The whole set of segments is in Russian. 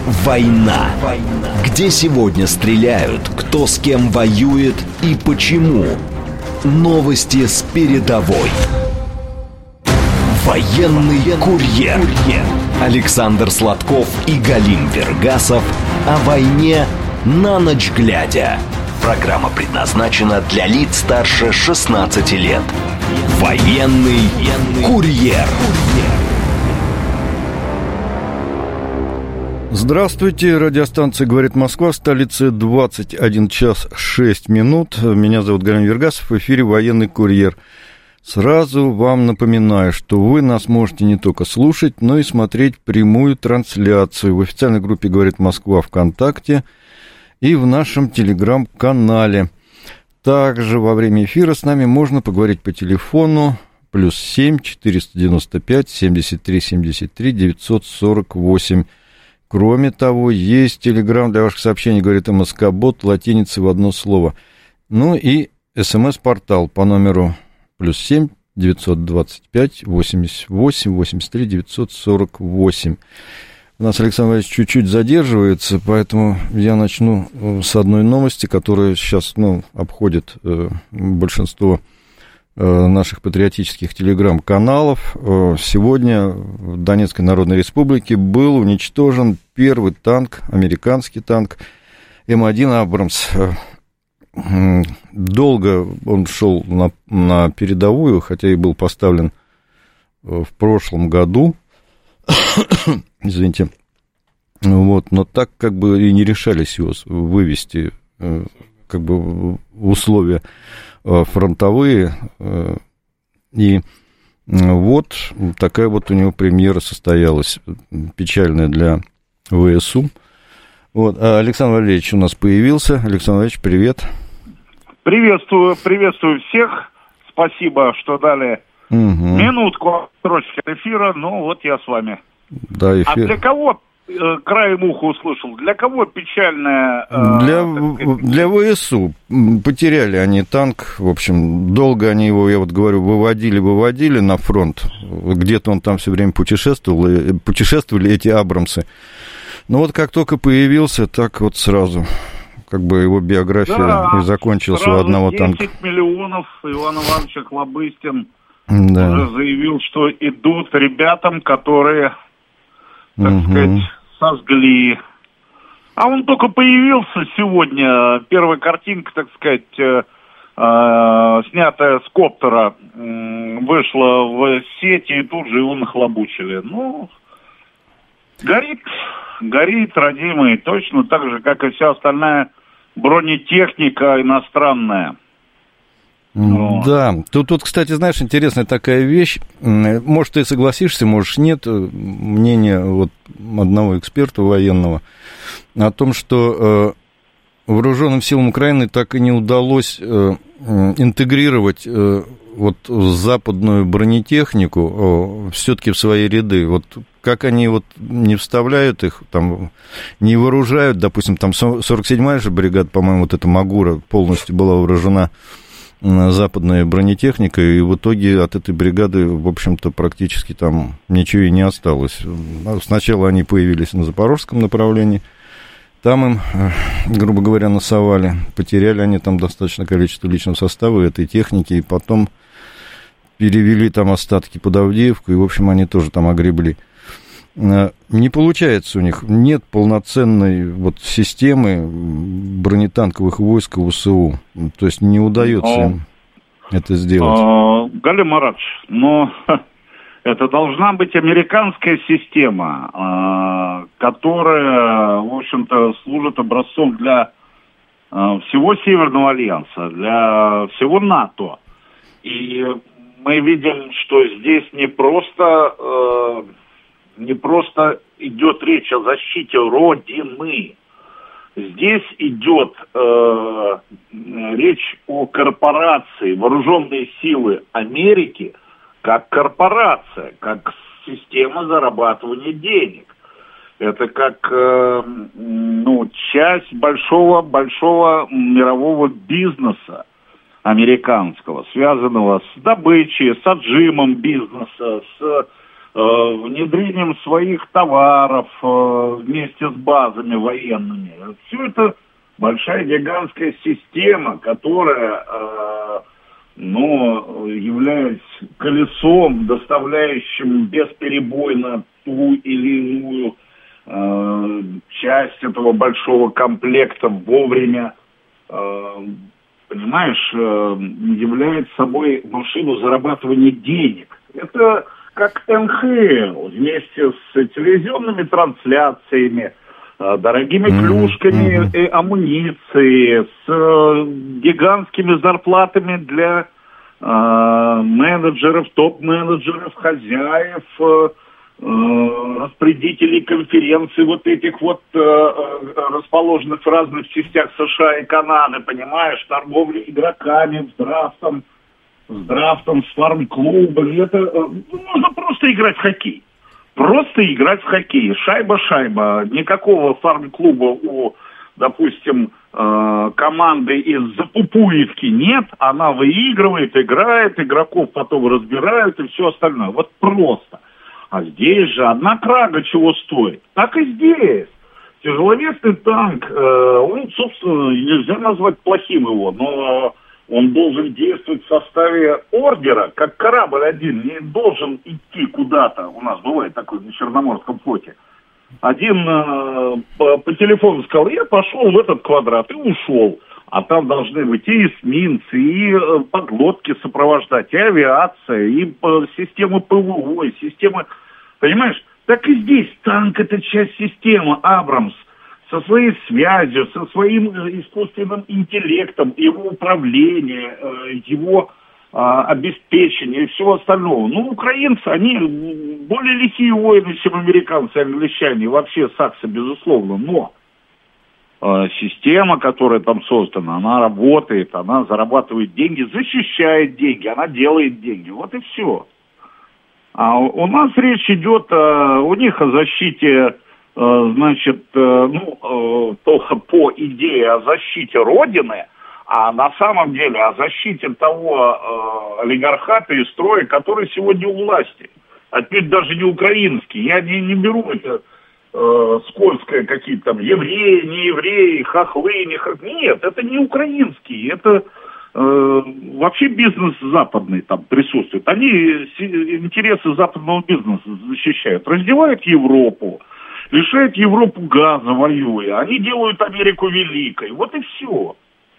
«Война». Где сегодня стреляют, кто с кем воюет и почему. Новости с передовой. Военный курьер. Александр Сладков и Галим Вергасов о войне на ночь глядя. Программа предназначена для лиц старше 16 лет. Военный курьер. Здравствуйте, радиостанция «Говорит Москва», в столице 21 час 6 минут. Меня зовут Галим Вергасов, в эфире «Военный курьер». Сразу вам напоминаю, что вы нас можете не только слушать, но и смотреть прямую трансляцию в официальной группе «Говорит Москва» ВКонтакте и в нашем телеграм-канале. Также во время эфира с нами можно поговорить по телефону +7 495 73 73 948. Кроме того, есть телеграм для ваших сообщений, говорит МСК-бот, латиницей в одно слово. Ну и СМС-портал по номеру +7 925 88 83 948. У нас Александр Валерьевич чуть-чуть задерживается, поэтому я начну с одной новости, которая сейчас обходит большинство наших патриотических телеграм-каналов. Сегодня в Донецкой Народной Республике был уничтожен первый танк, американский танк М1 «Абрамс». Долго он шел на передовую, хотя и был поставлен в прошлом году. Извините. Вот, но так как бы и не решались его вывести как бы в условия фронтовые. И вот такая вот у него премьера состоялась, печальная для ВСУ. Вот. А Александр Валерьевич у нас появился. Александр Валерьевич, привет. Приветствую всех. Спасибо, что дали минутку строчки эфира. Ну, вот я с вами. Да, эфир. А для кого, краем уха услышал, для кого печальная... Для ВСУ. Потеряли они танк. В общем, долго они его, я вот говорю, выводили на фронт. Где-то он там все время путешествовали эти «Абрамсы». Но вот как только появился, так вот сразу... Как бы его биография и закончилась у одного танка. 10 миллионов Иван Иванович Охлобыстин уже заявил, что идут ребятам, которые, так сказать, сожгли. А он только появился сегодня. Первая картинка, так сказать, снятая с коптера, вышла в сети, и тут же его нахлобучили. Ну, горит, родимый, точно так же, как и вся остальная бронетехника иностранная. Да, тут, кстати, знаешь, интересная такая вещь. Может, ты согласишься, может, нет. Мнение вот одного эксперта военного о том, что вооруженным силам Украины так и не удалось интегрировать вот западную бронетехнику все-таки в свои ряды. Вот как они вот не вставляют их, там, не вооружают, допустим, там 47-я же бригада, по-моему, вот эта Магура полностью была вооружена западной бронетехникой, и в итоге от этой бригады, в общем-то, практически там ничего и не осталось. Сначала они появились на запорожском направлении, там им, грубо говоря, насовали, потеряли они там достаточное количество личного состава этой техники, и потом перевели там остатки под Авдеевку, и, в общем, они тоже там огребли. Не получается у них, нет полноценной вот системы бронетанковых войск ВСУ, то есть не удается им это сделать. Галим Маратович, но это должна быть американская система, которая, в общем-то, служит образцом для всего Северного альянса, для всего НАТО. И мы видим, что здесь не просто идет речь о защите Родины. Здесь идет речь о корпорации, вооруженные силы Америки, как корпорация, как система зарабатывания денег. Это как часть большого мирового бизнеса американского, связанного с добычей, с отжимом бизнеса, с внедрением своих товаров вместе с базами военными. Все это большая гигантская система, которая является колесом, доставляющим бесперебойно ту или иную часть этого большого комплекта вовремя, понимаешь, является собой машину зарабатывания денег. Это как НХЛ вместе с телевизионными трансляциями, дорогими плюшками и амуницией, с гигантскими зарплатами для менеджеров, топ-менеджеров, хозяев, распорядителей конференций вот этих вот расположенных в разных частях США и Канады, понимаешь, торговли игроками, с драфтом, с фарм-клубами. Это можно просто играть в хоккей. Просто играть в хоккей. Шайба. Никакого фарм-клуба у, допустим, команды из Запупуевки нет. Она выигрывает, играет, игроков потом разбирают и все остальное. Вот просто. А здесь же одна крага чего стоит. Так и здесь. Тяжеловесный танк, он, собственно, нельзя назвать плохим его, но он должен действовать в составе ордера, как корабль один, не должен идти куда-то. У нас бывает такое на Черноморском флоте. Один по телефону сказал, я пошел в этот квадрат и ушел. А там должны быть и эсминцы, и подлодки сопровождать, и авиация, и системы ПВО, и системы... Понимаешь? Так и здесь танк — это часть системы Абрамс. Со своей связью, со своим искусственным интеллектом, его управление, его обеспечение и всего остального. Ну, украинцы, они более лихие воины, чем американцы, англичане, вообще саксы, безусловно, но система, которая там создана, она работает, она зарабатывает деньги, защищает деньги, она делает деньги. Вот и все. А у нас речь идет у них о защите, значит, только по идее о защите Родины, а на самом деле о защите того олигархата и строя, который сегодня у власти. Отнюдь даже не украинский. Я не беру это скользкое какие-то там евреи, не евреи, хохлы, не хохлы. Нет, это не украинский, это вообще бизнес западный там присутствует. Они интересы западного бизнеса защищают. Раздевают Европу, лишают Европу газа, воюя. Они делают Америку великой. Вот и все.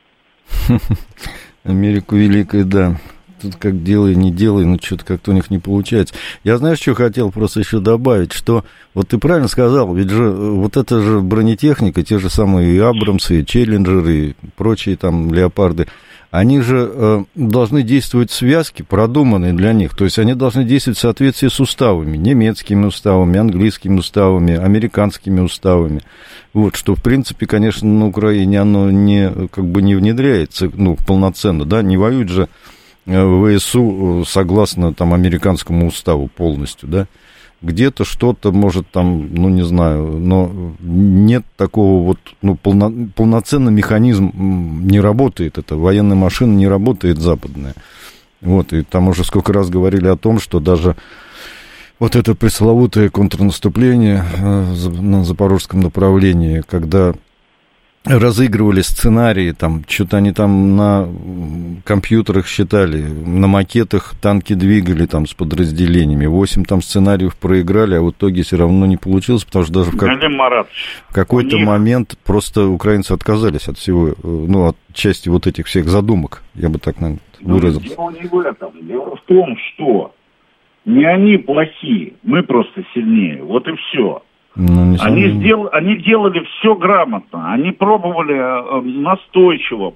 Америку великой, да. Тут как делай, не делай, но что-то как-то у них не получается. Я, знаешь, что хотел просто еще добавить, что вот ты правильно сказал, ведь же вот это же бронетехника, те же самые и Абрамсы, и Челленджеры, и прочие там Леопарды, они же должны действовать в связке, продуманные для них. То есть они должны действовать в соответствии с уставами, немецкими уставами, английскими уставами, американскими уставами. Вот, что, в принципе, конечно, на Украине оно не, как бы не внедряется, полноценно, да, не воюют же ВСУ согласно там американскому уставу полностью, да. Где-то что-то, может, там, не знаю, но нет такого вот, полноценный механизм не работает, эта военная машина не работает западная. Вот, и там уже сколько раз говорили о том, что даже вот это пресловутое контрнаступление на запорожском направлении, когда разыгрывали сценарии, там, что-то они там на компьютерах считали, на макетах танки двигали там с подразделениями, 8 там сценариев проиграли, а в итоге все равно не получилось, потому что даже в какой-то момент просто украинцы отказались от всего, от части вот этих всех задумок, я бы так, наверное, выразился. Дело не в этом, дело в том, что не они плохие, мы просто сильнее, вот и все. Они делали все грамотно, они пробовали настойчиво,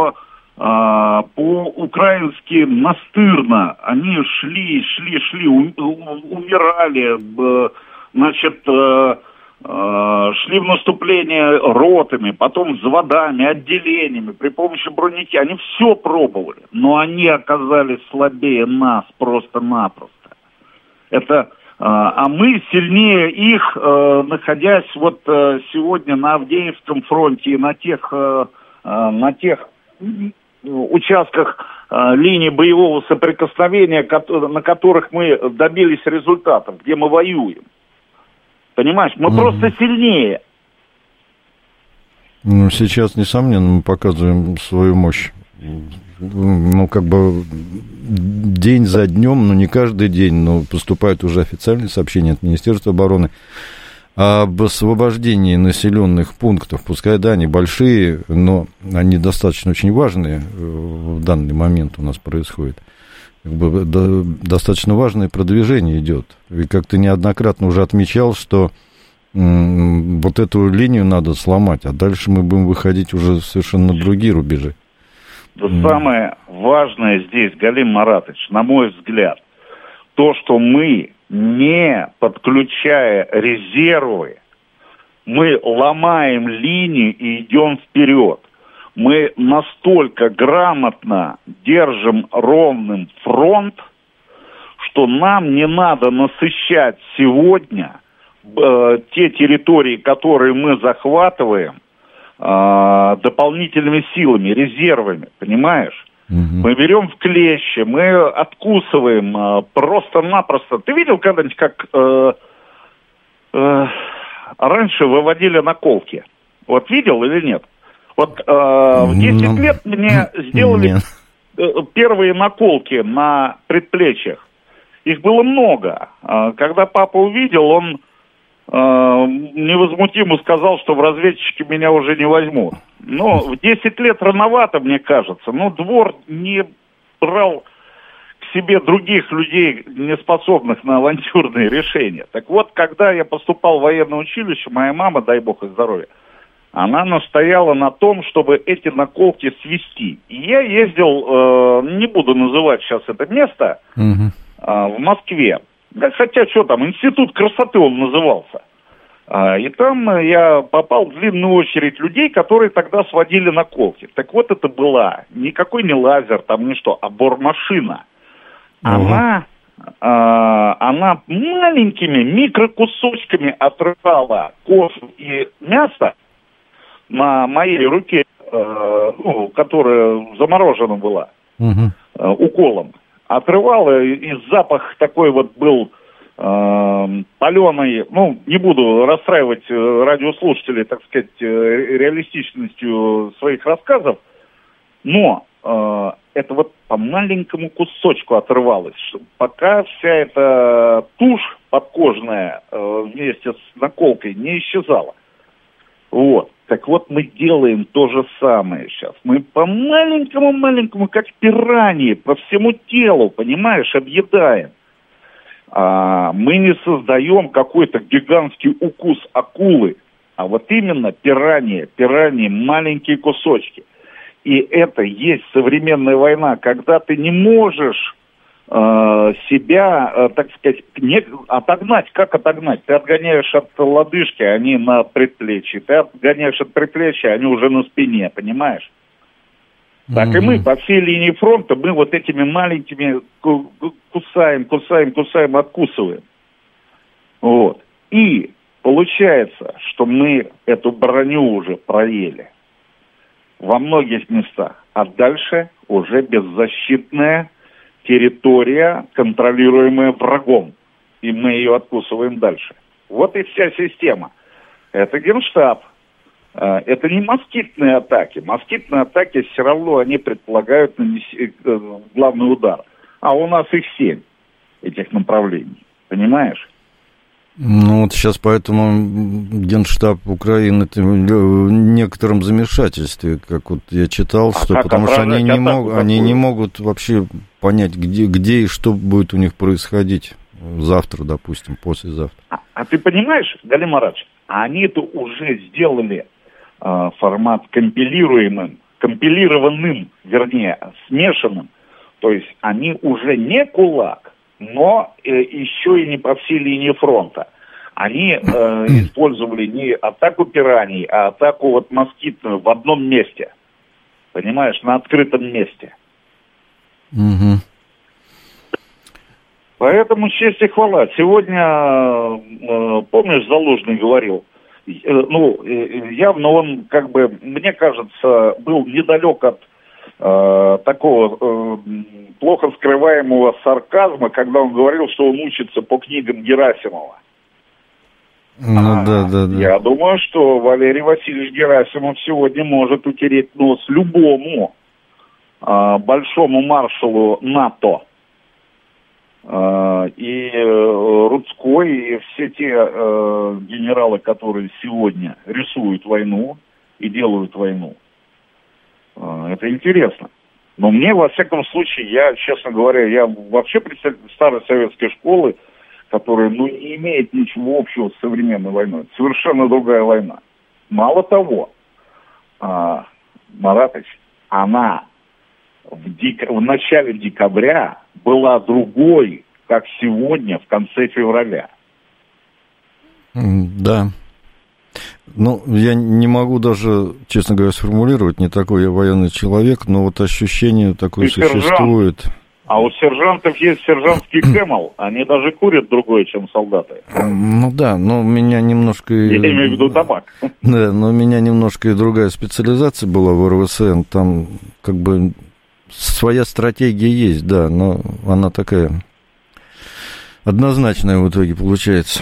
по-украински настырно, они шли, умирали, значит, шли в наступление ротами, потом взводами, отделениями, при помощи броники, они все пробовали, но они оказались слабее нас просто-напросто. А мы сильнее их, находясь вот сегодня на Авдеевском фронте и на тех участках линий боевого соприкосновения, на которых мы добились результатов, где мы воюем. Понимаешь, мы просто сильнее. Ну, сейчас, несомненно, мы показываем свою мощь. Ну, как бы день за днем, ну, не каждый день, но поступают уже официальные сообщения от Министерства обороны об освобождении населенных пунктов. Пускай, да, они большие, но они достаточно очень важные в данный момент у нас происходит. Как бы, достаточно важное продвижение идет. И как ты неоднократно уже отмечал, что вот эту линию надо сломать, а дальше мы будем выходить уже совершенно на другие рубежи. Да самое важное здесь, Галим Маратович, на мой взгляд, то, что мы, не подключая резервы, мы ломаем линию и идем вперед. Мы настолько грамотно держим ровным фронт, что нам не надо насыщать сегодня те территории, которые мы захватываем, дополнительными силами, резервами, понимаешь? Мы берем в клещи, мы откусываем просто-напросто. Ты видел когда-нибудь, как раньше выводили наколки? Вот видел или нет? Вот в 10 лет мне сделали первые наколки на предплечьях. Их было много. Когда папа увидел, он невозмутимо сказал, что в разведчики меня уже не возьмут. Но в 10 лет рановато, мне кажется. Но двор не брал к себе других людей, не способных на авантюрные решения. Так вот, когда я поступал в военное училище, моя мама, дай бог ей здоровья, она настояла на том, чтобы эти наколки свести. И я ездил, не буду называть сейчас это место, в Москве. Да, хотя, что там, институт красоты он назывался. И там я попал в длинную очередь людей, которые тогда сводили наколки. Так вот, это была никакой не лазер, там ни что, а бормашина. Она маленькими микрокусочками отрывала кожу и мясо на моей руке, которая заморожена была уколом. Отрывала, и запах такой вот был паленый, ну, не буду расстраивать радиослушателей, так сказать, реалистичностью своих рассказов, но это вот по маленькому кусочку отрывалось, пока вся эта тушь подкожная вместе с наколкой не исчезала. Вот. Так вот, мы делаем то же самое сейчас. Мы по маленькому, как пираньи, по всему телу, понимаешь, объедаем. Мы не создаем какой-то гигантский укус акулы, а вот именно пираньи, маленькие кусочки. И это есть современная война, когда ты не можешь себя, так сказать, отогнать. Как отогнать? Ты отгоняешь от лодыжки, они на предплечье. Ты отгоняешь от предплечья, они уже на спине, понимаешь? Так и мы по всей линии фронта, мы вот этими маленькими кусаем, откусываем. Вот. И получается, что мы эту броню уже проели во многих местах. А дальше уже беззащитная территория, контролируемая врагом. И мы ее откусываем дальше. Вот и вся система. Это Генштаб. Это не москитные атаки. Москитные атаки все равно они предполагают главный удар. А у нас их 7, этих направлений. Понимаешь? Ну, вот сейчас поэтому Генштаб Украины в некотором замешательстве, как вот я читал, что потому что они не могут вообще понять, где и что будет у них происходить завтра, допустим, послезавтра. А ты понимаешь, Галим Маратович, они это уже сделали формат компилированным, смешанным. То есть они уже не кулак, но еще и не по всей линии фронта. Они использовали не атаку пираний, а атаку вот москитную в одном месте. Понимаешь, на открытом месте. Поэтому честь и хвала. Сегодня, помнишь, Залужный говорил, явно он, как бы, мне кажется, был недалек от такого плохо скрываемого сарказма, когда он говорил, что он учится по книгам Герасимова. Да. Я думаю, что Валерий Васильевич Герасимов сегодня может утереть нос любому большому маршалу НАТО. И Рудской, и все те генералы, которые сегодня рисуют войну и делают войну. Это интересно. Но мне, во всяком случае, я, честно говоря, я вообще представитель старой советской школы, которая, не имеет ничего общего с современной войной. Это совершенно другая война. Мало того, Маратович, она в начале декабря была другой, как сегодня, в конце февраля. Да. Я не могу даже, честно говоря, сформулировать, не такой я военный человек, но вот ощущение такое существует. А у сержантов есть сержантский Кэмл, они даже курят другое, чем солдаты. Да, но у меня немножко... Я имею в виду табак. Да, но у меня немножко и другая специализация была в РВСН, там как бы своя стратегия есть, да, но она такая однозначная в итоге получается.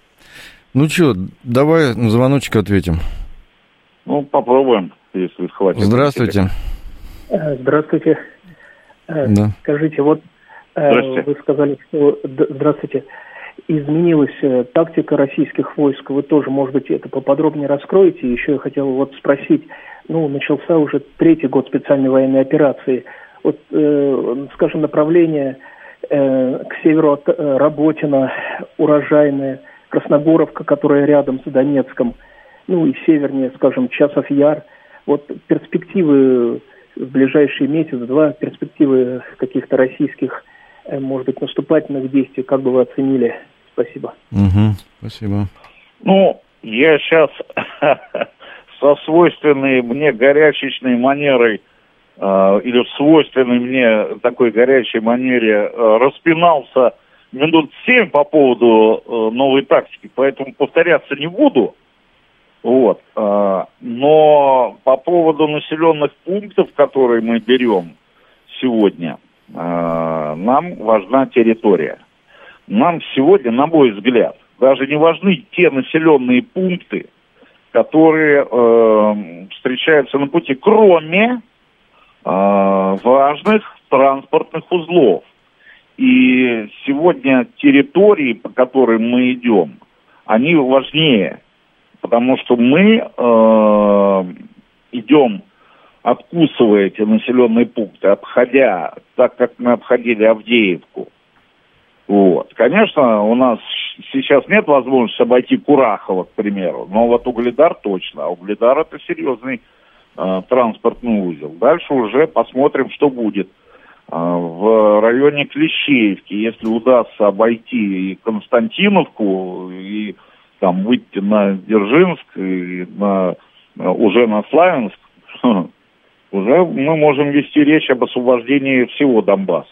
Давай на звоночек ответим. Попробуем, если хватит. Здравствуйте. Здравствуйте. Да. Скажите, вы сказали, что... Здравствуйте. Изменилась тактика российских войск. Вы тоже, может быть, это поподробнее раскроете. Еще я хотел спросить. Начался уже 3-й год специальной военной операции. Скажем, направление к северу от Работина, Урожайное, Красногоровка, которая рядом с Донецком, и севернее, скажем, Часов Яр. Перспективы в ближайшие месяц-два, перспективы каких-то российских, может быть, наступательных действий, как бы вы оценили? Спасибо. Спасибо. Я сейчас со свойственной мне горячечной манерой или в свойственной мне такой горячей манере распинался минут 7 по поводу новой тактики, поэтому повторяться не буду. Но по поводу населенных пунктов, которые мы берем сегодня, нам важна территория. Нам сегодня, на мой взгляд, даже не важны те населенные пункты, которые встречаются на пути, кроме важных транспортных узлов. И сегодня территории, по которым мы идем, они важнее, потому что мы идем, откусывая эти населенные пункты, обходя, так как мы обходили Авдеевку. Конечно, у нас сейчас нет возможности обойти Курахово, к примеру, но Угледар точно. А Угледар — это серьезный транспортный узел. Дальше уже посмотрим, что будет. В районе Клещеевки, если удастся обойти и Константиновку, и там выйти на Дзержинск, и уже на Славянск, уже мы можем вести речь об освобождении всего Донбасса.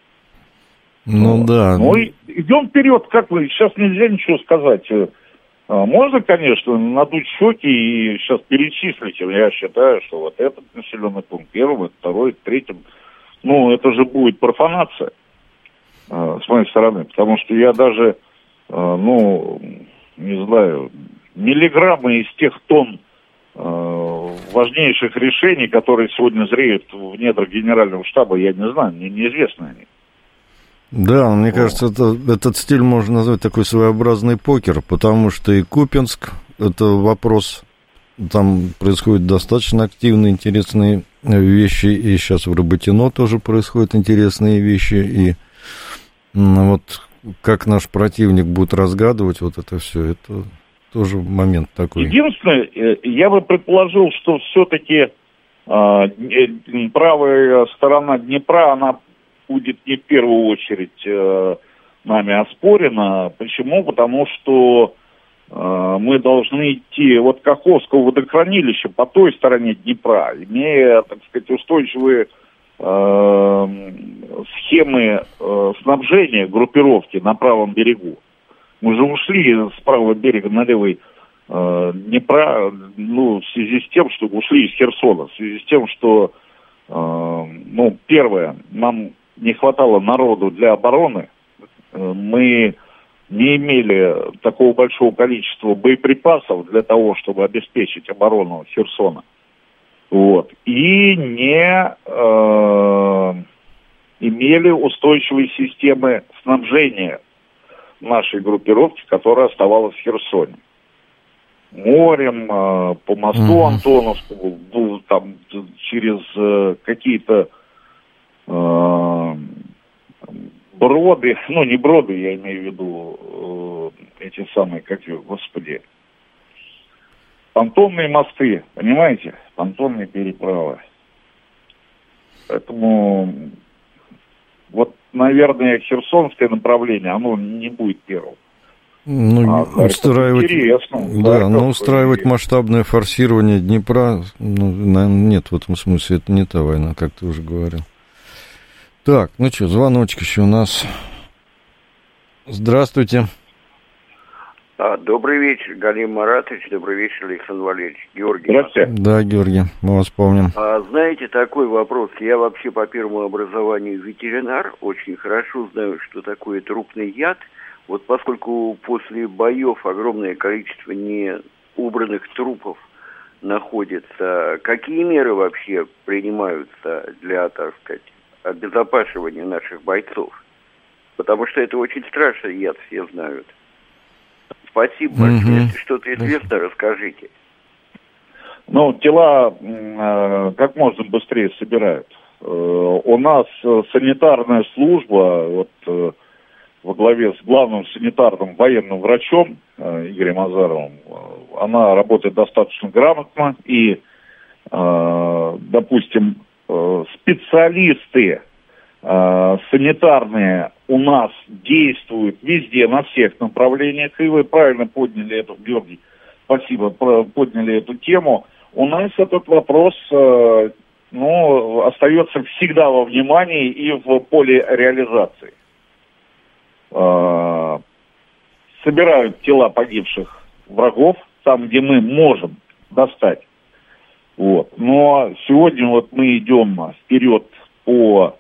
Да. Идем вперед, как вы, сейчас нельзя ничего сказать. Можно, конечно, надуть щеки и сейчас перечислить. Я считаю, что этот населенный пункт первым, второй, третьим. Это же будет профанация с моей стороны, потому что я даже, не знаю, миллиграммы из тех тонн важнейших решений, которые сегодня зреют в недрах Генерального штаба, я не знаю, мне неизвестны они. Да, мне кажется, этот стиль можно назвать такой своеобразный покер, потому что и Купянск – это вопрос, там происходят достаточно активные, интересные вещи, и сейчас в Работино тоже происходят интересные вещи, и как наш противник будет разгадывать это все, это тоже момент такой. Единственное, я бы предположил, что все-таки правая сторона Днепра, она будет не в первую очередь нами оспорена. Почему? Потому что мы должны идти от Каховского водохранилища по той стороне Днепра, имея, так сказать, устойчивые схемы снабжения группировки на правом берегу. Мы же ушли с правого берега на левый Днепра, в связи с тем, что ушли из Херсона, в связи с тем, что первое, нам не хватало народу для обороны. Мы не имели такого большого количества боеприпасов для того, чтобы обеспечить оборону Херсона. И не имели устойчивой системы снабжения нашей группировки, которая оставалась в Херсоне. Морем, по мосту Антоновскому, там через какие-то броды, не броды, я имею в виду эти самые, понтонные мосты, понимаете? Понтонные переправы. Поэтому наверное, херсонское направление, оно не будет первым. Устраивать масштабное форсирование Днепра, нет в этом смысле, это не та война, как ты уже говорил. Так, звоночек еще у нас. Здравствуйте. Добрый вечер, Галим Маратович, добрый вечер, Александр Валерьевич. Георгий. Здравствуйте. Да, Георгий, мы вас помним. Знаете, такой вопрос. Я вообще по первому образованию ветеринар, очень хорошо знаю, что такое трупный яд. Поскольку после боев огромное количество неубранных трупов находится, какие меры вообще принимаются для, обезопасивания наших бойцов? Потому что это очень страшный яд, все знают. Спасибо большое. Если что-то известно, расскажите. Тела как можно быстрее собирают. У нас санитарная служба, во главе с главным санитарным военным врачом Игорем Азаровым, она работает достаточно грамотно. И, допустим, специалисты санитарные у нас действуют везде, на всех направлениях. И вы правильно подняли эту, Георгий, спасибо, подняли эту тему. У нас этот вопрос, остается всегда во внимании и в поле реализации. Собирают тела погибших врагов там, где мы можем достать. Но сегодня мы идем вперед по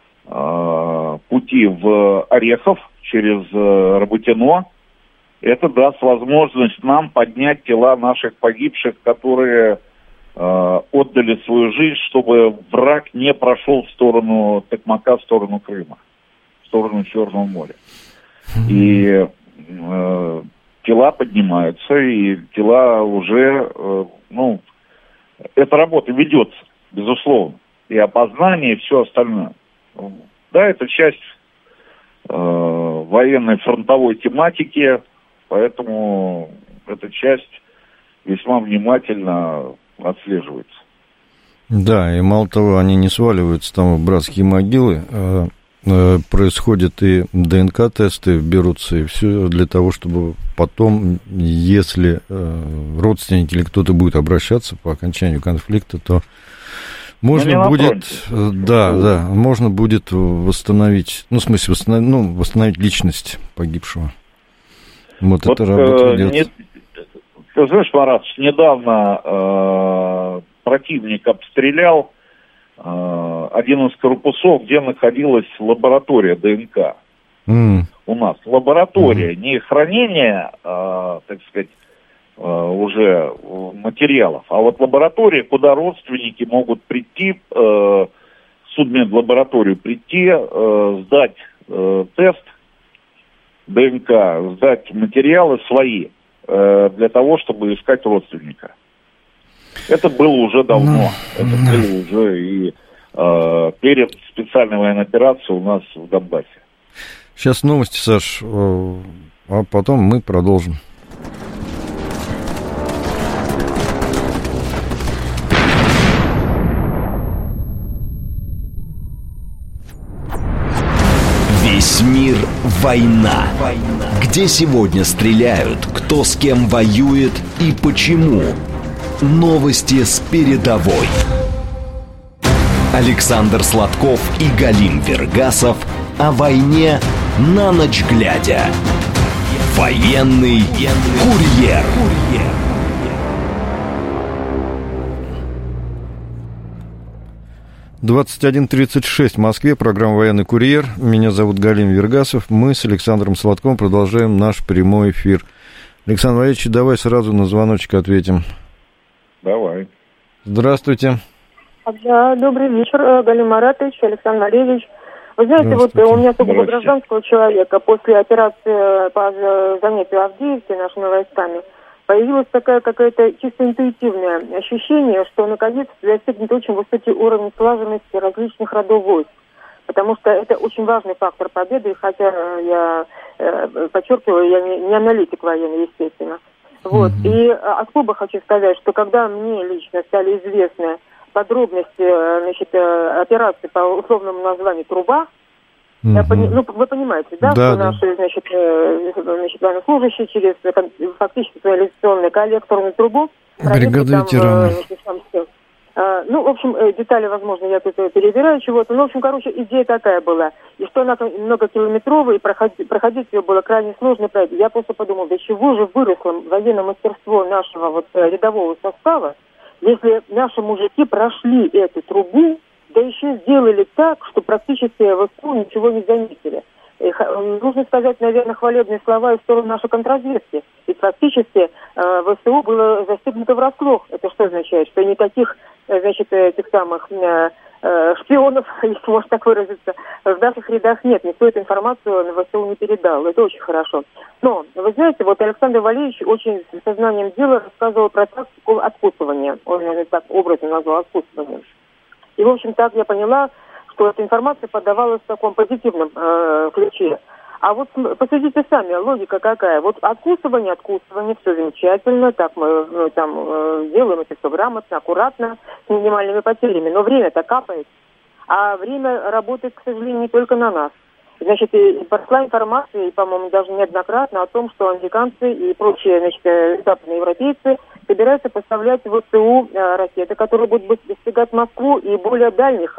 пути в Орехов через Работино. Это даст возможность нам поднять тела наших погибших, которые отдали свою жизнь, чтобы враг не прошел в сторону Токмака, в сторону Крыма, в сторону Черного моря. И тела поднимаются, и тела уже, эта работа ведется, безусловно. И опознание, и все остальное. Да, это часть военной фронтовой тематики, поэтому эта часть весьма внимательно отслеживается. Да, и мало того, они не сваливаются там в братские могилы, происходят и ДНК-тесты, берутся, и все для того, чтобы потом, если родственники или кто-то будет обращаться по окончанию конфликта, то можно будет, можно будет восстановить, восстановить личность погибшего. Эта работа идет. Ты знаешь, Марат, недавно противник обстрелял один из корпусов, где находилась лаборатория ДНК. У нас лаборатория, не хранение, уже материалов, а лаборатория, куда родственники могут прийти, судмедлабораторию прийти, сдать тест ДНК, сдать материалы свои для того, чтобы искать родственника. Это было уже давно. Это было уже и перед специальной военной операцией у нас в Донбассе. Сейчас новости, Саш, а потом мы продолжим. Весь мир – война. Где сегодня стреляют, кто с кем воюет и почему. Новости с передовой. Александр Сладков и Галим Вергасов о войне на ночь глядя. Военный курьер. 21:36 в Москве, программа «Военный курьер». Меня зовут Галим Вергасов. Мы с Александром Солодковым продолжаем наш прямой эфир. Александр Валерьевич, давай сразу на звоночек ответим. Давай. Здравствуйте. Да, добрый вечер, Галим Маратович, Александр Валерьевич. Вы знаете, вот у меня сугубо гражданского человека после операции по занятию Авдеевки нашими войсками появилось такое какое-то чисто интуитивное ощущение, что наконец достигнет очень высокий уровень слаженности различных родов войск. Потому что это очень важный фактор победы, хотя я подчеркиваю, я не аналитик военный, естественно. Вот. И от клуба хочу сказать, что когда мне лично стали известны подробности, значит, операции по условному названию «Труба», вы понимаете, да, что наши, значит, военнослужащие через фактически реализационную коллекторную трубу бригады ветеранов. В общем, детали, возможно, я тут перебираю чего-то. Ну, в общем, идея такая была. И что она многокилометровая, и проходить ее было крайне сложно. Я просто подумал, до чего же выросло военное мастерство нашего вот рядового состава, если наши мужики прошли эту трубу, да еще сделали так, что практически в СУ ничего не заметили. Нужно сказать, наверное, хвалебные слова в сторону нашей контрразведки. И практически ВСУ было застигнуто врасплох. Это что означает? Что никаких, значит, этих самых шпионов, если можно так выразиться, в наших рядах нет. Никто эту информацию на ВСУ не передал. Это очень хорошо. Но, вы знаете, вот Александр Валерьевич очень с сознанием дела рассказывал про тактику откусывания. Он, наверное, так образно назвал откусыванием. И, в общем, так я поняла, что эта информация подавалась в таком позитивном ключе. А вот посудите сами, логика какая. Вот откусывание, все замечательно, так мы делаем это все грамотно, аккуратно, с минимальными потерями. Но время-то капает. А время работает, к сожалению, не только на нас. Значит, и прошла информация, и, по-моему, даже неоднократно о том, что американцы и прочие, значит, западные европейцы собираются поставлять в ВСУ ракеты, которые будут достигать Москву и более дальних,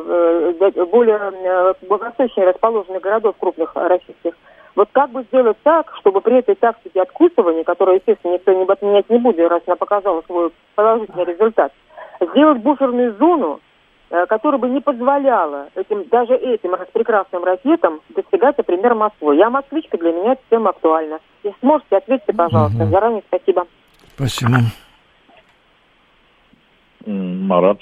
более восточнее расположенных городов крупных российских. Вот как бы сделать так, чтобы при этой тактике откусывания, которую, естественно, никто не отменять не будет, раз она показала свой положительный результат, сделать буферную зону, которая бы не позволяла даже этим прекрасным ракетам достигать, например, Москвы. Я москвичка, для меня эта тема актуальна. Если сможете, ответьте, пожалуйста. Заранее спасибо. Спасибо. Марат.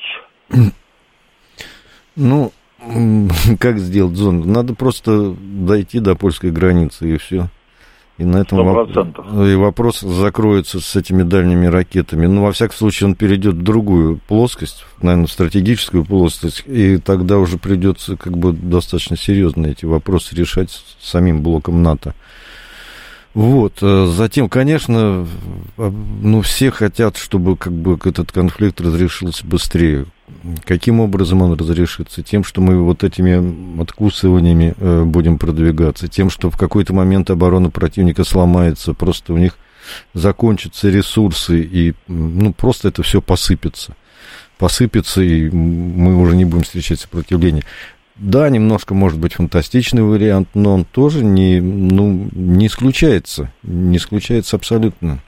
Ну, как сделать зону? Надо просто дойти до польской границы, и все. И на этом вопрос закроется с этими дальними ракетами. Ну, во всяком случае, он перейдет в другую плоскость, наверное, в стратегическую плоскость, и тогда уже придется как бы достаточно серьезно эти вопросы решать с самим блоком НАТО. Вот. Затем, конечно, все хотят, чтобы как бы этот конфликт разрешился быстрее. Каким образом он разрешится? Тем, что мы вот этими откусываниями будем продвигаться, тем, что в какой-то момент оборона противника сломается, просто у них закончатся ресурсы, и просто это все посыпется, и мы уже не будем встречать сопротивление. Да, немножко, может быть, фантастичный вариант, но он тоже не исключается, абсолютно.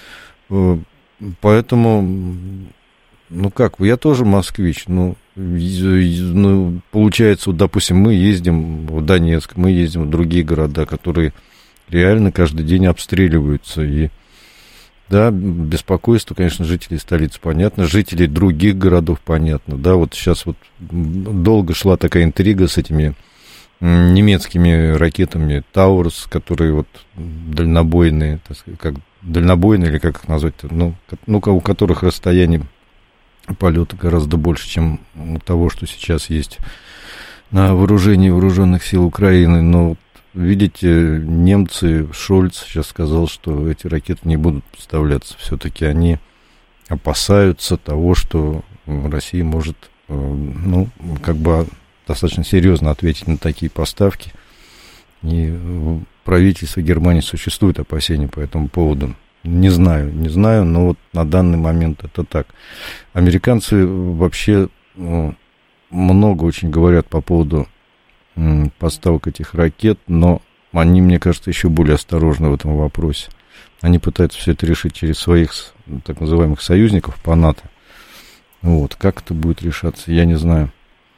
Поэтому, я тоже москвич, получается, вот, допустим, мы ездим в Донецк, мы ездим в другие города, которые реально каждый день обстреливаются, и да, беспокойство, конечно, жителей столицы понятно, жителей других городов понятно, да, вот сейчас вот долго шла такая интрига с этими немецкими ракетами Таурус, которые вот дальнобойные, так сказать, дальнобойные, или как их назвать-то, у которых расстояние полета гораздо больше, чем у того, что сейчас есть на вооружении вооруженных сил Украины, но видите, немцы, Шольц сейчас сказал, что эти ракеты не будут поставляться. Все-таки они опасаются того, что Россия может, достаточно серьезно ответить на такие поставки. И в правительстве Германии существует опасения по этому поводу. Не знаю, но вот на данный момент это так. Американцы вообще много очень говорят по поводу поставок этих ракет, но они, мне кажется, еще более осторожны в этом вопросе. Они пытаются все это решить через своих так называемых союзников по НАТО. Вот. Как это будет решаться, я не знаю.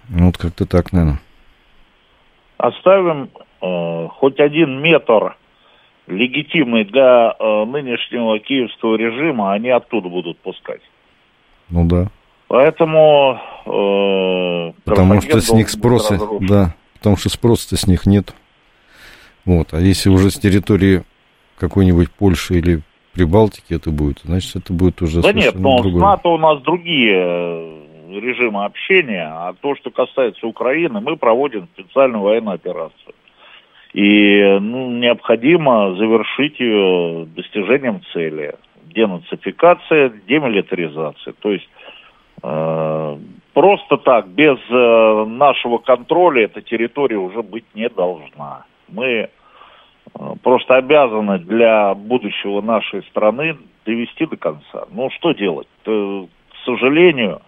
Вот как-то так, наверное. Оставим хоть 1 метр легитимный для нынешнего киевского режима, они оттуда будут пускать. Ну да. Поэтому... потому что с них спроса... Да, потому что спроса-то с них нет. Вот. А если уже с территории какой-нибудь Польши или Прибалтики это будет, значит, это будет уже да нет, но другое. с НАТО у нас другие режимы общения, а то, что касается Украины, мы проводим специальную военную операцию. И необходимо завершить ее достижением цели. Денацификация, демилитаризация. То есть просто так, без нашего контроля эта территория уже быть не должна. Мы просто обязаны для будущего нашей страны довести до конца. Ну, что делать? К сожалению,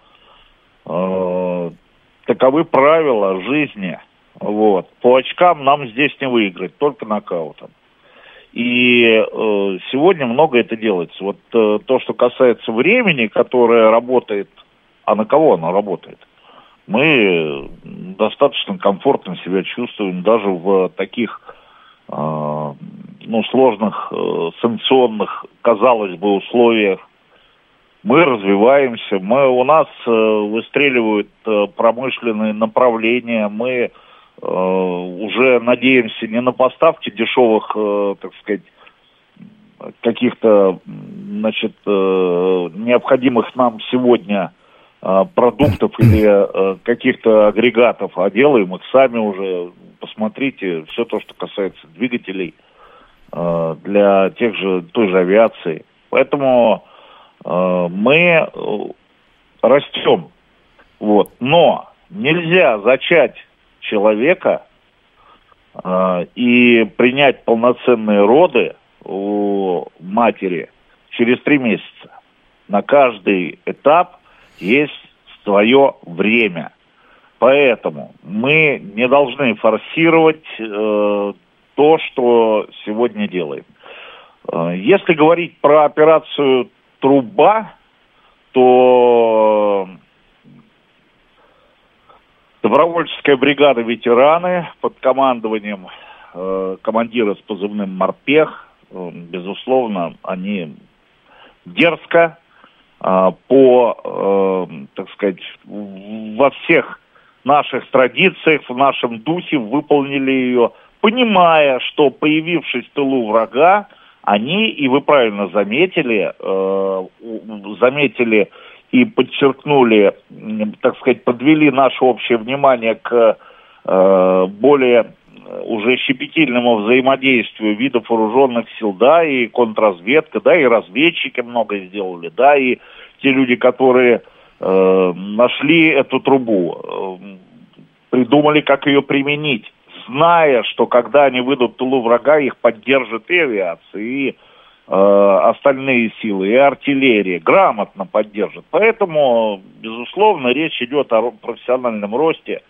таковы правила жизни. Вот. По очкам нам здесь не выиграть, только нокаутом. И сегодня много это делается. Вот то, что касается времени, которое работает, а на кого оно работает? Мы достаточно комфортно себя чувствуем даже в таких сложных санкционных, казалось бы, условиях. Мы развиваемся, у нас выстреливают промышленные направления, мы уже надеемся не на поставки дешевых, так сказать, каких-то, необходимых нам сегодня продуктов или каких-то агрегатов, а делаем их сами уже. Посмотрите, все то, что касается двигателей для той же авиации. Поэтому мы растем. Вот. Но нельзя зачать человека и принять полноценные роды у матери через 3 месяца. На каждый этап есть свое время. Поэтому мы не должны форсировать то, что сегодня делаем. Если говорить про операцию «Труба», то добровольческая бригада «Ветераны» под командованием командира с позывным «Морпех», безусловно, они дерзко, так сказать, во всех наших традициях, в нашем духе выполнили ее, понимая, что, появившись в тылу врага, они, и вы правильно заметили и подчеркнули, так сказать, подвели наше общее внимание к более уже щепетильному взаимодействию видов вооруженных сил, да, и контрразведка, да, и разведчики много сделали, да, и те люди, которые нашли эту трубу, придумали, как ее применить, зная, что когда они выйдут в тылу врага, их поддержит и авиация, и остальные силы, и артиллерия, грамотно поддержит. Поэтому, безусловно, речь идет о профессиональном росте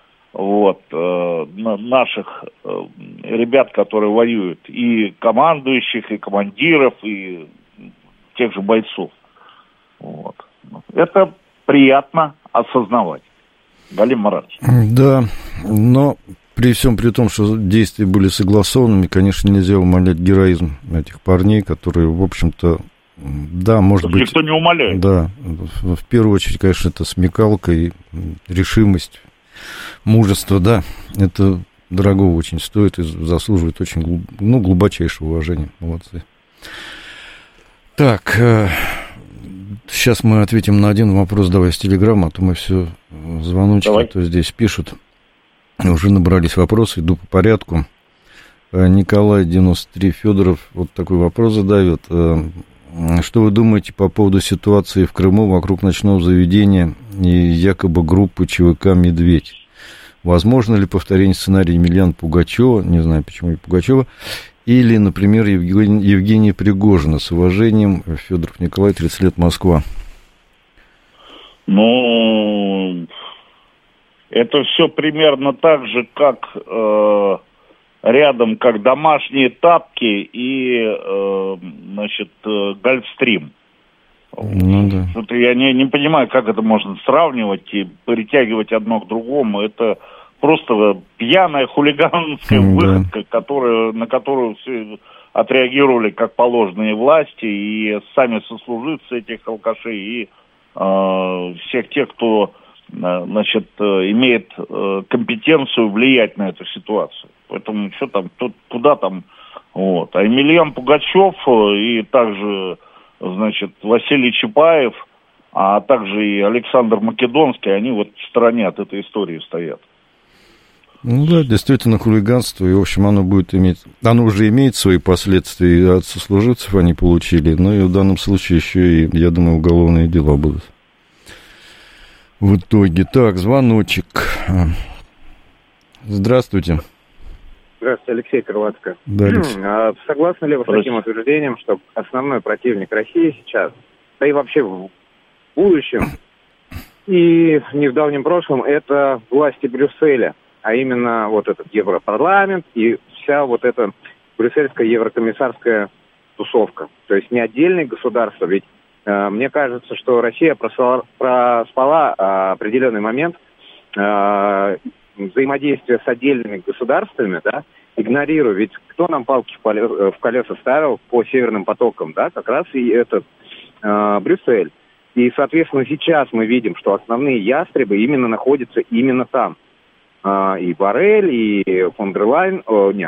наших ребят, которые воюют, и командующих, и командиров, и тех же бойцов. Вот. Это приятно осознавать. Галим Маратович. Да, но при всем при том, что действия были согласованными, конечно, нельзя умалять героизм этих парней, которые, в общем-то, да, может быть... Никто не умаляет. Да, в первую очередь, конечно, это смекалка и решимость, мужество, да, это дорого очень стоит и заслуживает очень, глубочайшего уважения. Молодцы. Так, сейчас мы ответим на один вопрос, давай, с телеграмма, а то мы все звоночки, то здесь пишут. Уже набрались вопросы, иду по порядку. Николай, 93, Федоров, вот такой вопрос задает. Что вы думаете по поводу ситуации в Крыму вокруг ночного заведения и якобы группы ЧВК «Медведь»? Возможно ли повторение сценария Емельяна Пугачева, не знаю, почему и Пугачева, или, например, Евгения Пригожина? С уважением, Федоров Николай, 30 лет, Москва. Это все примерно так же, как рядом, как домашние тапки и, Гольфстрим. Ну, да. Это я не понимаю, как это можно сравнивать и притягивать одно к другому. Это просто пьяная хулиганская выходка, на которую все отреагировали как положенные власти, и сами сослуживцы этих алкашей, и всех тех, кто, значит, имеет компетенцию влиять на эту ситуацию. Поэтому что там, куда там, вот. А Емельян Пугачев и также, значит, Василий Чапаев, а также и Александр Македонский, они вот в стороне от этой истории стоят. Ну да, действительно хулиганство, и, в общем, оно уже имеет свои последствия, и от сослуживцев они получили, но и в данном случае еще и, я думаю, уголовные дела будут. В итоге. Так, звоночек. Здравствуйте. Здравствуйте, Алексей Крылатко. Да, Алексей. Согласны ли вы с таким утверждением, что основной противник России сейчас, да и вообще в будущем, и не в давнем прошлом, это власти Брюсселя, а именно вот этот Европарламент и вся вот эта брюссельская еврокомиссарская тусовка. То есть не отдельные государства, ведь мне кажется, что Россия проспала определенный момент взаимодействия с отдельными государствами, да, игнорируя, ведь кто нам палки в колеса ставил по северным потокам, да, как раз и этот Брюссель. И, соответственно, сейчас мы видим, что основные ястребы именно находятся именно там. И Боррель, и фон дер Лайен,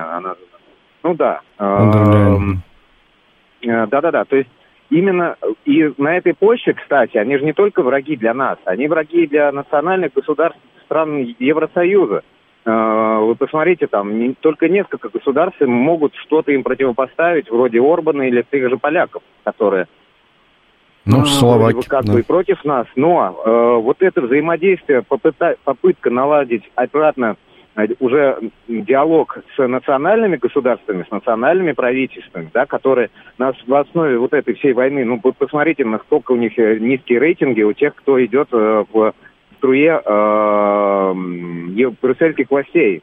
да-да-да, то есть именно и на этой почве, кстати, они же не только враги для нас, они враги для национальных государств стран Евросоюза. Вы посмотрите, там только несколько государств могут что-то им противопоставить, вроде Орбана или тех же поляков, которые Словакия, как бы и против нас. Но вот это взаимодействие, попытка наладить обратно уже диалог с национальными государствами, с национальными правительствами, да, которые нас в основе вот этой всей войны, ну, посмотрите, насколько у них низкие рейтинги у тех, кто идет в струе брюссельских властей,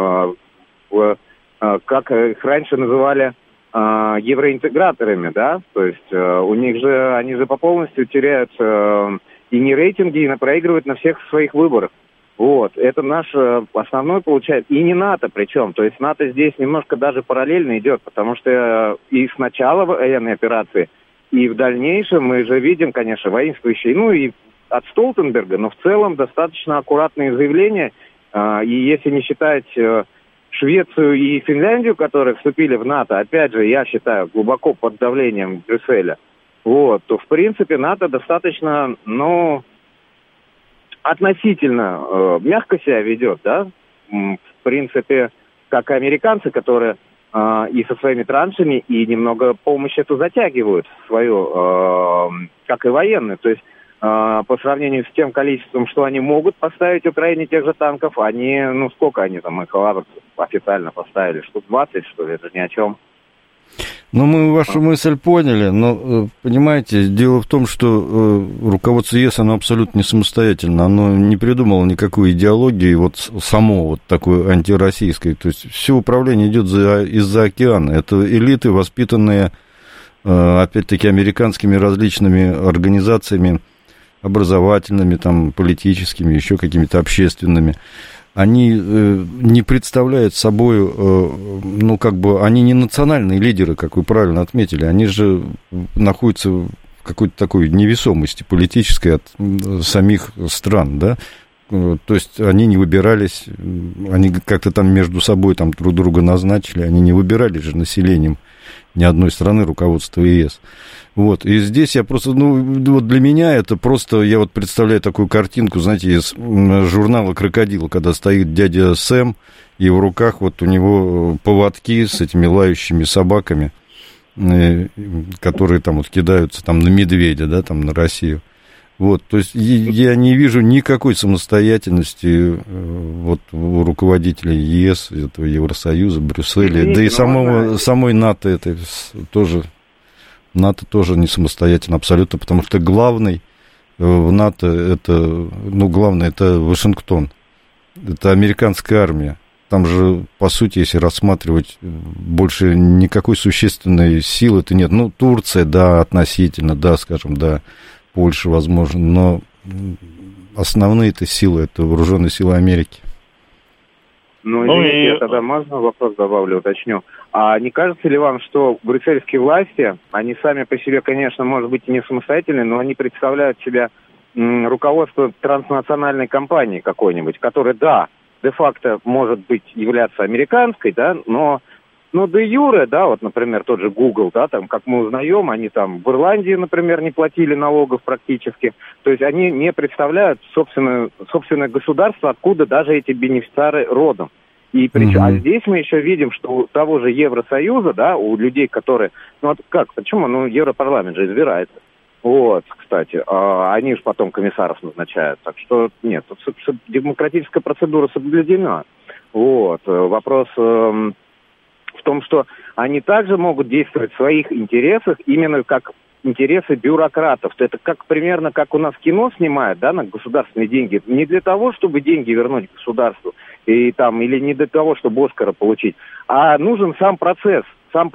как их раньше называли евроинтеграторами, да, то есть у них же, они же по полностью теряют и не рейтинги, и проигрывают на всех своих выборах. Вот, это наш основной получается, и не НАТО причем, то есть НАТО здесь немножко даже параллельно идет, потому что и с начала военной операции, и в дальнейшем мы же видим, конечно, воинствующие, ну и от Столтенберга, но в целом достаточно аккуратные заявления, и если не считать Швецию и Финляндию, которые вступили в НАТО, опять же, я считаю, глубоко под давлением Брюсселя, вот, то, в принципе, НАТО достаточно, относительно мягко себя ведет, да, в принципе, как и американцы, которые и со своими траншами, и немного помощь эту затягивают свою, как и военные, то есть по сравнению с тем количеством, что они могут поставить Украине тех же танков, они, сколько они там, их официально поставили, штук 20, что ли, это ни о чем. Мы вашу мысль поняли, но, понимаете, дело в том, что руководство ЕС, оно абсолютно не самостоятельно, оно не придумало никакой идеологии, вот само вот такой антироссийской, то есть все управление идет из-за океана, это элиты, воспитанные, опять-таки, американскими различными организациями, образовательными, там, политическими, еще какими-то общественными. Они не представляют собой, они не национальные лидеры, как вы правильно отметили, они же находятся в какой-то такой невесомости политической от самих стран, да, то есть они не выбирались, они как-то там между собой там друг друга назначили, они не выбирались же населением ни одной страны руководства ЕС. Вот, и здесь я просто, вот для меня это просто, я вот представляю такую картинку, знаете, из журнала «Крокодил», когда стоит дядя Сэм, и в руках вот у него поводки с этими лающими собаками, которые там вот кидаются там на медведя, да, там на Россию. Вот, то есть я не вижу никакой самостоятельности вот у руководителей ЕС, этого Евросоюза, Брюсселя, да и самой НАТО это тоже... НАТО тоже не самостоятельно абсолютно, потому что главный в НАТО это, главное, это Вашингтон, это американская армия. там же, по сути, если рассматривать, больше никакой существенной силы-то нет. Ну, Турция, да, относительно, да, скажем, да, Польша, возможно, но основные-то силы, это вооруженные силы Америки. Ну, извините, я тогда можно вопрос добавлю, уточню. А не кажется ли вам, что брюссельские власти, они сами по себе, конечно, может быть, и не самостоятельные, но они представляют себя руководство транснациональной компании какой-нибудь, которая, да, де-факто может быть являться американской, да, но де юре, да, вот, например, тот же Google, да, там, как мы узнаем, они там в Ирландии, например, не платили налогов практически, то есть они не представляют собственное государство, откуда даже эти бенефициары родом. И причем, а здесь мы еще видим, что у того же Евросоюза, да, у людей, которые, ну, вот как, почему, ну, Европарламент же избирается. Вот, кстати, они же потом комиссаров назначают, так что нет, демократическая процедура соблюдена. Вот, вопрос в том, что они также могут действовать в своих интересах, именно как интересы бюрократов. Это как примерно как у нас кино снимают, да, на государственные деньги, не для того, чтобы деньги вернуть государству, и там, или не для того, чтобы Оскара получить, а нужен сам процесс,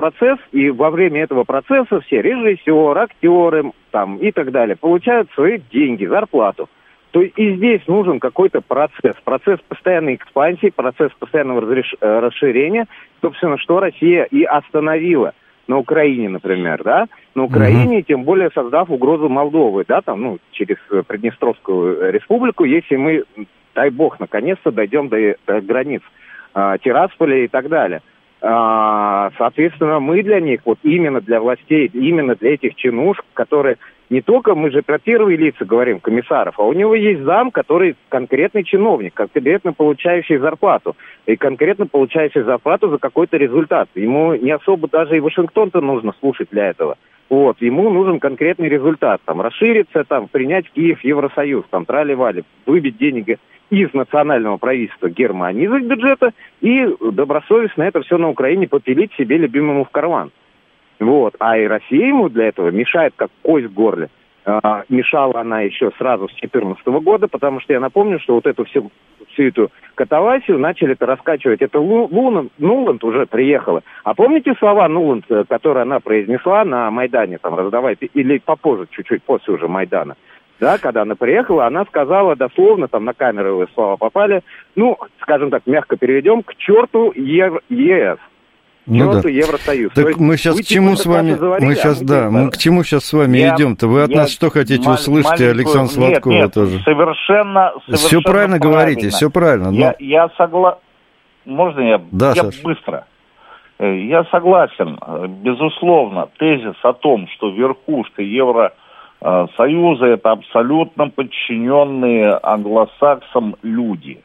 и во время этого процесса все режиссеры, актеры там, и так далее получают свои деньги, зарплату. То есть и здесь нужен какой-то процесс постоянной экспансии, процесс постоянного расширения, собственно, что Россия и остановила на Украине, например, да, на Украине, тем более создав угрозу Молдовы, да, там, ну, через Приднестровскую республику, если мы, дай бог, наконец-то дойдем до границ Тирасполя и так далее. Соответственно, мы для них, вот именно для властей, именно для этих чинушек, которые не только, мы же про первые лица говорим, комиссаров, а у него есть зам, который конкретный чиновник, конкретно получающий зарплату, и конкретно получающий зарплату за какой-то результат. Ему не особо даже и Вашингтон-то нужно слушать для этого. Вот, ему нужен конкретный результат, там, расшириться, там, принять Киев, Евросоюз, там, трали-вали, выбить деньги из национального правительства Германии, из бюджета, и добросовестно это все на Украине попилить себе любимому в карман. Вот. А и Россия ему для этого мешает, как кость в горле. Мешала она еще сразу с 2014 года, потому что я напомню, что вот эту всю эту катавасию начали-то раскачивать. Это Нуланд уже приехала. А помните слова Нуланд, которые она произнесла на Майдане, там, раздавай, или попозже, чуть-чуть после уже Майдана? Да, когда она приехала, она сказала дословно, там на камеру его слова попали, ну, скажем так, мягко переведем, к черту ЕС. Ну да. Евросоюз. Так мы сейчас к чему с вами, мы к чему сейчас с вами идем-то? Вы от нас что хотите услышать, Александр Сладкова тоже? Совершенно все правильно говорите, все правильно. Я согласен. Можно я Саш. быстро? Я согласен, безусловно, тезис о том, что верхушка Евросоюза это абсолютно подчиненные англосаксам люди.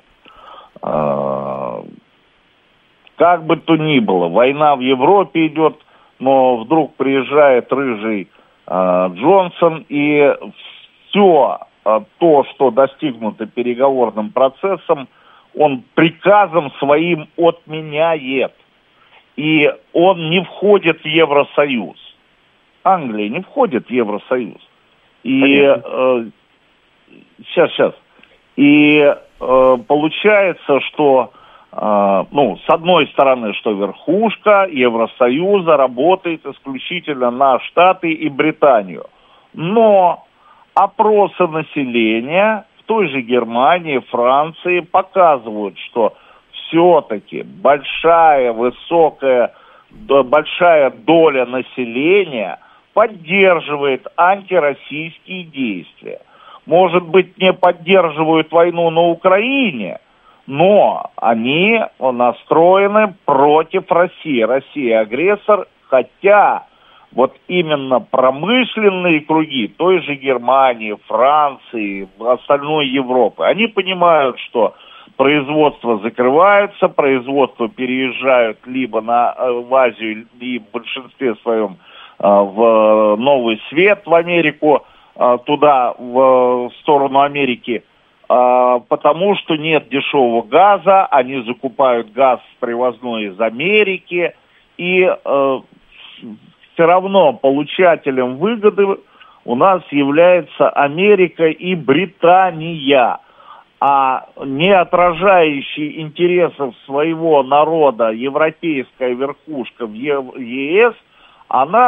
Как бы то ни было, война в Европе идет, но вдруг приезжает рыжий Джонсон, и все то, что достигнуто переговорным процессом, он приказом своим отменяет. И он не входит в Евросоюз. Англия не входит в Евросоюз. И сейчас. И получается, что с одной стороны, что верхушка Евросоюза работает исключительно на Штаты и Британию. Но опросы населения в той же Германии, Франции показывают, что все-таки большая доля населения поддерживает антироссийские действия. Может быть, не поддерживают войну на Украине, но они настроены против России. Россия агрессор, хотя вот именно промышленные круги той же Германии, Франции, остальной Европы, они понимают, что производства закрываются, производства переезжают либо в Азию, либо в большинстве своем в Новый Свет, в Америку, туда, в сторону Америки, потому что нет дешевого газа, они закупают газ привозной из Америки, и все равно получателем выгоды у нас является Америка и Британия. а не отражающий интересов своего народа европейская верхушка в ЕС, она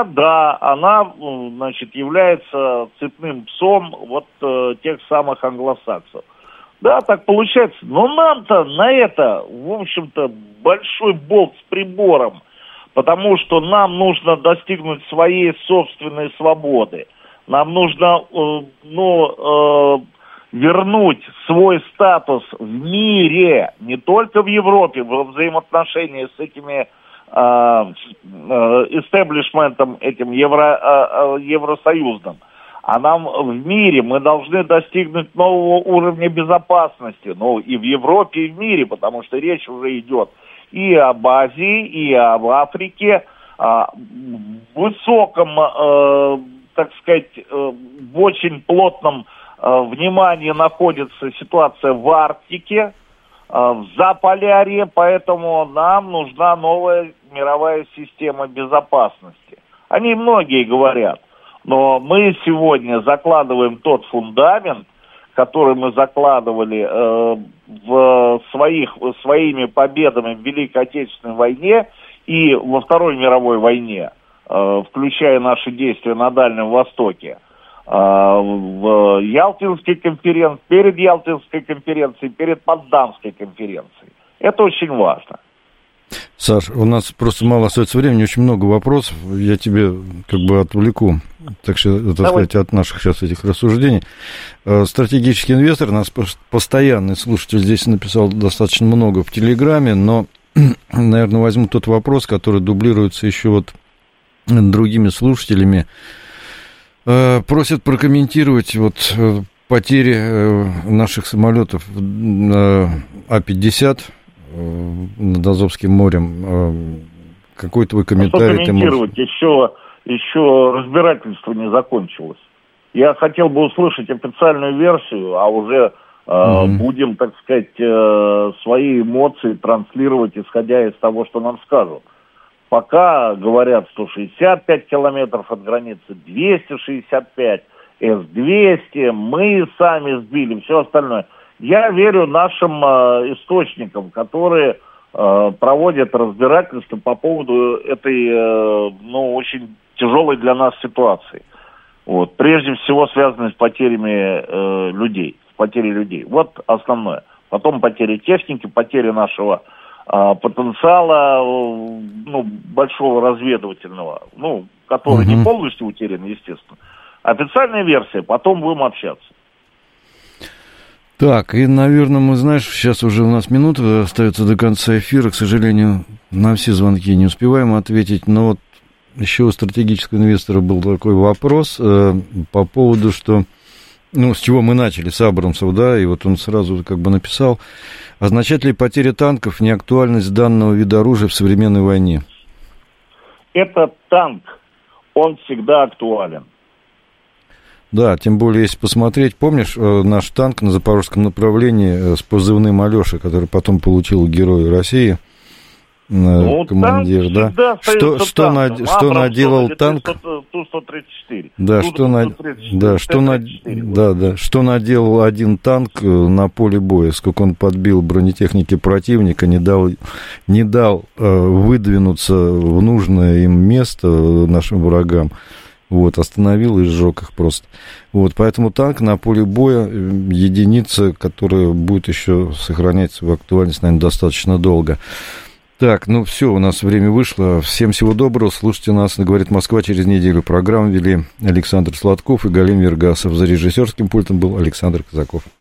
является цепным псом вот тех самых англосаксов. Да, так получается. Но нам-то на это, в общем-то, большой болт с прибором, потому что нам нужно достигнуть своей собственной свободы. Нам нужно, вернуть свой статус в мире, не только в Европе, во взаимоотношении с этими истеблишментом этим евросоюзным. А нам в мире мы должны достигнуть нового уровня безопасности, и в Европе, и в мире, потому что речь уже идет и об Азии, и об Африке, в высоком, так сказать, в очень плотном внимании находится ситуация в Арктике, в Заполярье, поэтому нам нужна новая мировая система безопасности. Они многие говорят, но мы сегодня закладываем тот фундамент, который мы закладывали своими победами в Великой Отечественной войне и во Второй мировой войне, включая наши действия на Дальнем Востоке, в Ялтинской конференции, перед Ялтинской конференцией, перед Потсдамской конференцией. Это очень важно. Саш, у нас просто мало остается времени, очень много вопросов. Я тебе отвлеку, так сказать, от наших сейчас этих рассуждений. Стратегический инвестор, нас постоянный слушатель здесь написал достаточно много в Телеграме, но, наверное, возьму тот вопрос, который дублируется еще другими слушателями. Просят прокомментировать потери наших самолетов А-50 над Азовским морем. Какой твой комментарий? Что комментировать? Еще разбирательство не закончилось. Я хотел бы услышать официальную версию, а уже будем, так сказать, свои эмоции транслировать, исходя из того, что нам скажут. Пока говорят 165 километров от границы, 265, С-200, мы сами сбили, все остальное. Я верю нашим источникам, которые проводят разбирательство по поводу этой, очень тяжелой для нас ситуации. Прежде всего связанной с потерями людей, с потерей людей. Вот основное. Потом потери техники, потери нашего потенциала, большого разведывательного, который не полностью утерян, естественно. Официальная версия, потом будем общаться. Так, и, наверное, сейчас уже у нас минута остается до конца эфира, к сожалению, на все звонки не успеваем ответить, но еще у стратегического инвестора был такой вопрос по поводу, что, с чего мы начали, с Абрамсов, да, и он сразу написал, означает ли потеря танков неактуальность данного вида оружия в современной войне? Этот танк, он всегда актуален. Да, тем более, если посмотреть, помнишь наш танк на запорожском направлении с позывным Алёша, который потом получил Герой России, командир, да? Что наделал танк? Ту-134. Что наделал один танк на поле боя, сколько он подбил бронетехники противника, не дал выдвинуться в нужное им место нашим врагам. Остановил и сжег их просто. Поэтому танк на поле боя единица, которая будет еще сохранять свою актуальность, наверное, достаточно долго. Так, все, у нас время вышло. Всем всего доброго. Слушайте нас, говорит Москва, через неделю. Программу вели Александр Сладков и Галим Вергасов. За режиссерским пультом был Александр Казаков.